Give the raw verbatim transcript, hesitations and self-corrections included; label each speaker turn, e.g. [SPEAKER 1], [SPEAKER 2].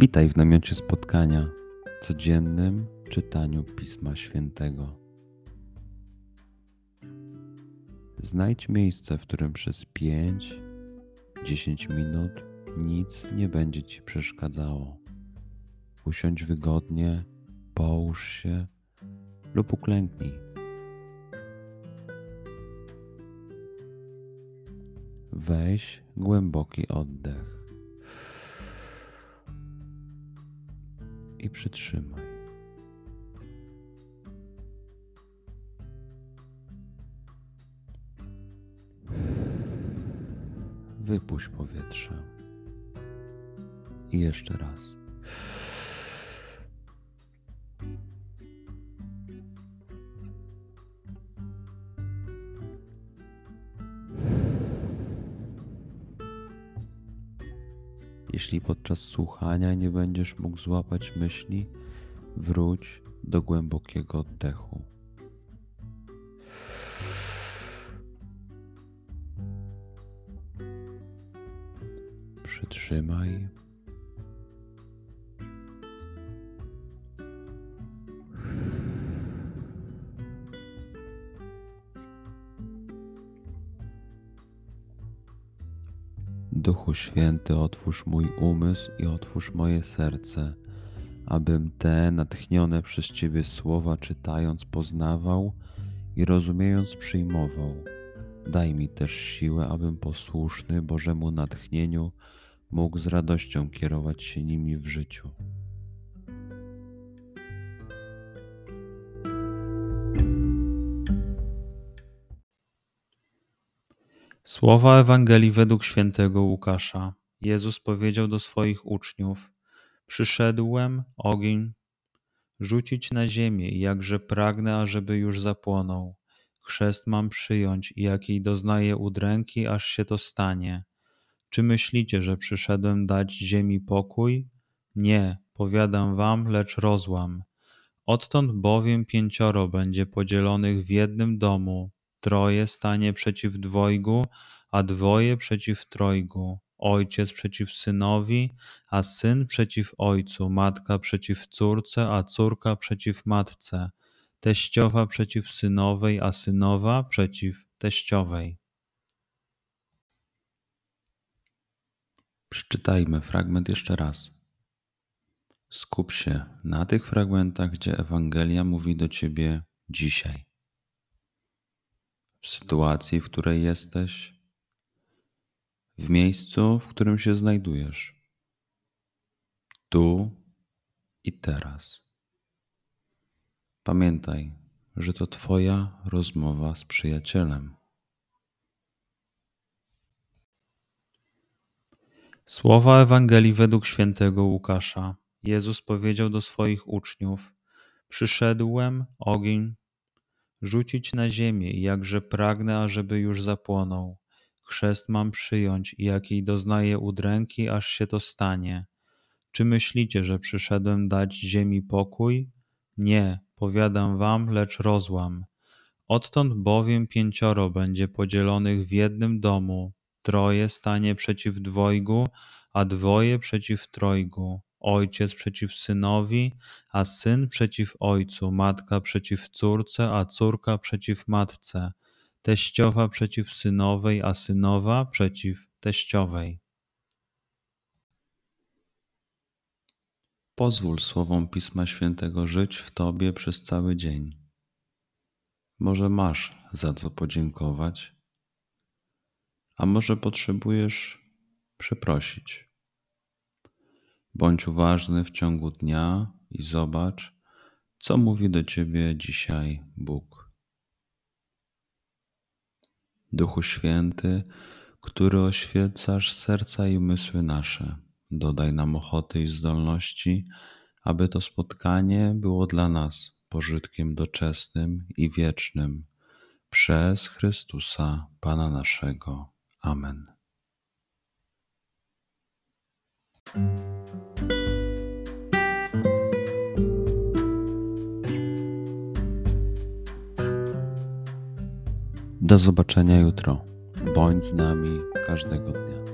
[SPEAKER 1] Witaj w namiocie spotkania, codziennym czytaniu Pisma Świętego. Znajdź miejsce, w którym przez pięć do dziesięciu minut nic nie będzie Ci przeszkadzało. Usiądź wygodnie, połóż się lub uklęknij. Weź głęboki oddech i przytrzymaj. Wypuść powietrze. I jeszcze raz. Jeśli podczas słuchania nie będziesz mógł złapać myśli, wróć do głębokiego oddechu. Przytrzymaj. Duchu Święty, otwórz mój umysł i otwórz moje serce, abym te natchnione przez Ciebie słowa czytając poznawał i rozumiejąc przyjmował. Daj mi też siłę, abym posłuszny Bożemu natchnieniu mógł z radością kierować się nimi w życiu.
[SPEAKER 2] Słowa Ewangelii według świętego Łukasza. Jezus powiedział do swoich uczniów: Przyszedłem ogień rzucić na ziemię i jakże pragnę, ażeby już zapłonął. Chrzest mam przyjąć i jakiej doznaję udręki, aż się to stanie. Czy myślicie, że przyszedłem dać ziemi pokój? Nie, powiadam wam, lecz rozłam. Odtąd bowiem pięcioro będzie podzielonych w jednym domu, troje stanie przeciw dwojgu, a dwoje przeciw trojgu, ojciec przeciw synowi, a syn przeciw ojcu, matka przeciw córce, a córka przeciw matce, teściowa przeciw synowej, a synowa przeciw teściowej.
[SPEAKER 1] Przeczytajmy fragment jeszcze raz. Skup się na tych fragmentach, gdzie Ewangelia mówi do Ciebie dzisiaj. W sytuacji, w której jesteś, w miejscu, w którym się znajdujesz, tu i teraz. Pamiętaj, że to Twoja rozmowa z przyjacielem.
[SPEAKER 2] Słowa Ewangelii według świętego Łukasza. Jezus powiedział do swoich uczniów: Przyszedłem ogień rzucić na ziemię i jakże pragnę, ażeby już zapłonął. Chrzest mam przyjąć i jakiej doznaję udręki, aż się to stanie. Czy myślicie, że przyszedłem dać ziemi pokój? Nie, powiadam wam, lecz rozłam. Odtąd bowiem pięcioro będzie podzielonych w jednym domu, troje stanie przeciw dwojgu, a dwoje przeciw trojgu, ojciec przeciw synowi, a syn przeciw ojcu, matka przeciw córce, a córka przeciw matce, teściowa przeciw synowej, a synowa przeciw teściowej.
[SPEAKER 1] Pozwól słowom Pisma Świętego żyć w Tobie przez cały dzień. Może masz za co podziękować, a może potrzebujesz przeprosić. Bądź uważny w ciągu dnia i zobacz, co mówi do Ciebie dzisiaj Bóg. Duchu Święty, który oświecasz serca i umysły nasze, dodaj nam ochoty i zdolności, aby to spotkanie było dla nas pożytkiem doczesnym i wiecznym. Przez Chrystusa, Pana naszego. Amen. Do zobaczenia jutro. Bądź z nami każdego dnia.